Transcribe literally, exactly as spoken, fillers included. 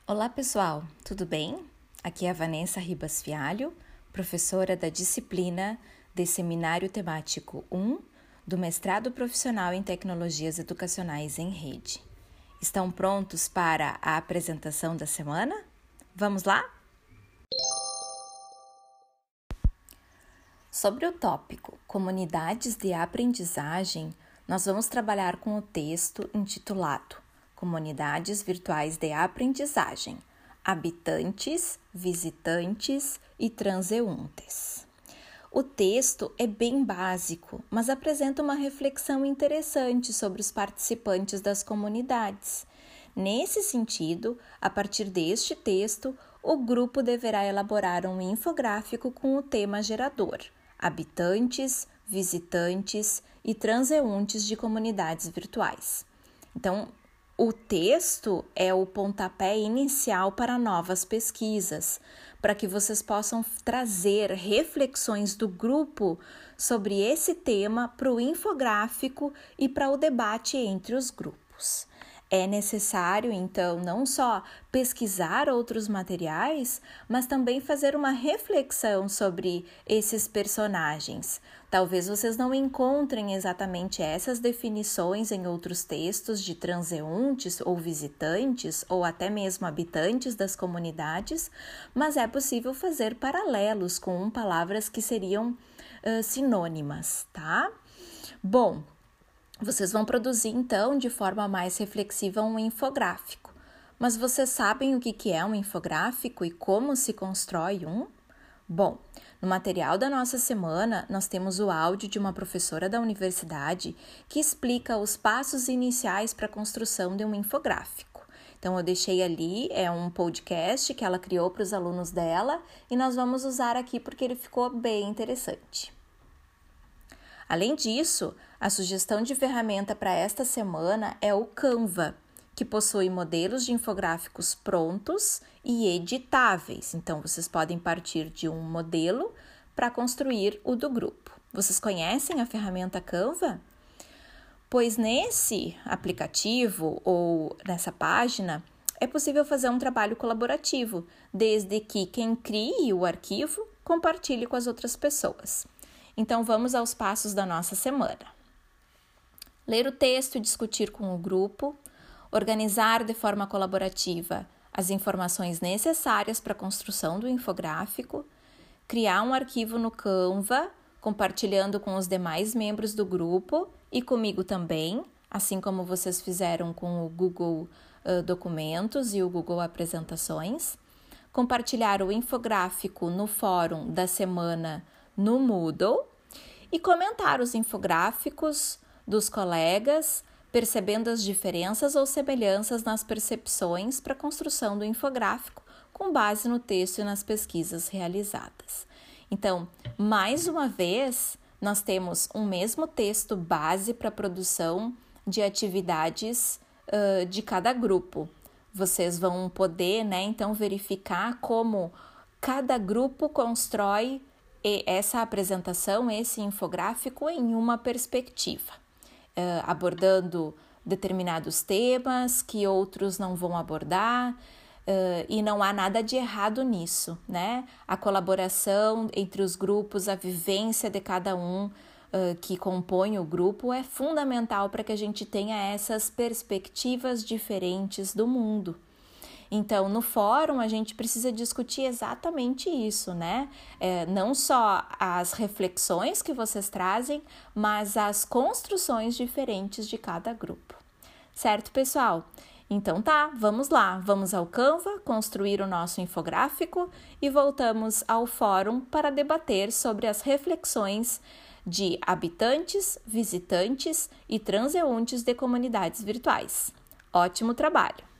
Olá pessoal, tudo bem? Aqui é a Vanessa Ribas Fialho, professora da disciplina de Seminário Temático um do Mestrado Profissional em Tecnologias Educacionais em Rede. Estão prontos para a apresentação da semana? Vamos lá? Sobre o tópico Comunidades de Aprendizagem, nós vamos trabalhar com o texto intitulado Comunidades Virtuais de Aprendizagem, Habitantes, Visitantes e Transeuntes. O texto é bem básico, mas apresenta uma reflexão interessante sobre os participantes das comunidades. Nesse sentido, a partir deste texto, o grupo deverá elaborar um infográfico com o tema gerador, habitantes, visitantes e transeuntes de comunidades virtuais. Então, o texto é o pontapé inicial para novas pesquisas, para que vocês possam trazer reflexões do grupo sobre esse tema para o infográfico e para o debate entre os grupos. É necessário, então, não só pesquisar outros materiais, mas também fazer uma reflexão sobre esses personagens. Talvez vocês não encontrem exatamente essas definições em outros textos de transeuntes ou visitantes, ou até mesmo habitantes das comunidades, mas é possível fazer paralelos com palavras que seriam uh, sinônimas, tá? Bom, vocês vão produzir, então, de forma mais reflexiva um infográfico. Mas vocês sabem o que é um infográfico e como se constrói um? Bom, no material da nossa semana, nós temos o áudio de uma professora da universidade que explica os passos iniciais para a construção de um infográfico. Então, eu deixei ali, é um podcast que ela criou para os alunos dela e nós vamos usar aqui porque ele ficou bem interessante. Além disso, a sugestão de ferramenta para esta semana é o Canva, que possui modelos de infográficos prontos e editáveis. Então, vocês podem partir de um modelo para construir o do grupo. Vocês conhecem a ferramenta Canva? Pois nesse aplicativo ou nessa página é possível fazer um trabalho colaborativo, desde que quem crie o arquivo compartilhe com as outras pessoas. Então, vamos aos passos da nossa semana. Ler o texto e discutir com o grupo, organizar de forma colaborativa as informações necessárias para a construção do infográfico, criar um arquivo no Canva, compartilhando com os demais membros do grupo e comigo também, assim como vocês fizeram com o Google uh, Documentos e o Google Apresentações, compartilhar o infográfico no fórum da semana no Moodle e comentar os infográficos dos colegas, percebendo as diferenças ou semelhanças nas percepções para a construção do infográfico com base no texto e nas pesquisas realizadas. Então, mais uma vez, nós temos um mesmo texto base para a produção de atividades uh, de cada grupo. Vocês vão poder, né, então, verificar como cada grupo constrói essa apresentação, esse infográfico em uma perspectiva, uh, abordando determinados temas que outros não vão abordar, uh, e não há nada de errado nisso, né? A colaboração entre os grupos, a vivência de cada um uh, que compõe o grupo é fundamental para que a gente tenha essas perspectivas diferentes do mundo. Então, no fórum, a gente precisa discutir exatamente isso, né? É, não só as reflexões que vocês trazem, mas as construções diferentes de cada grupo. Certo, pessoal? Então tá, vamos lá. Vamos ao Canva, construir o nosso infográfico e voltamos ao fórum para debater sobre as reflexões de habitantes, visitantes e transeuntes de comunidades virtuais. Ótimo trabalho!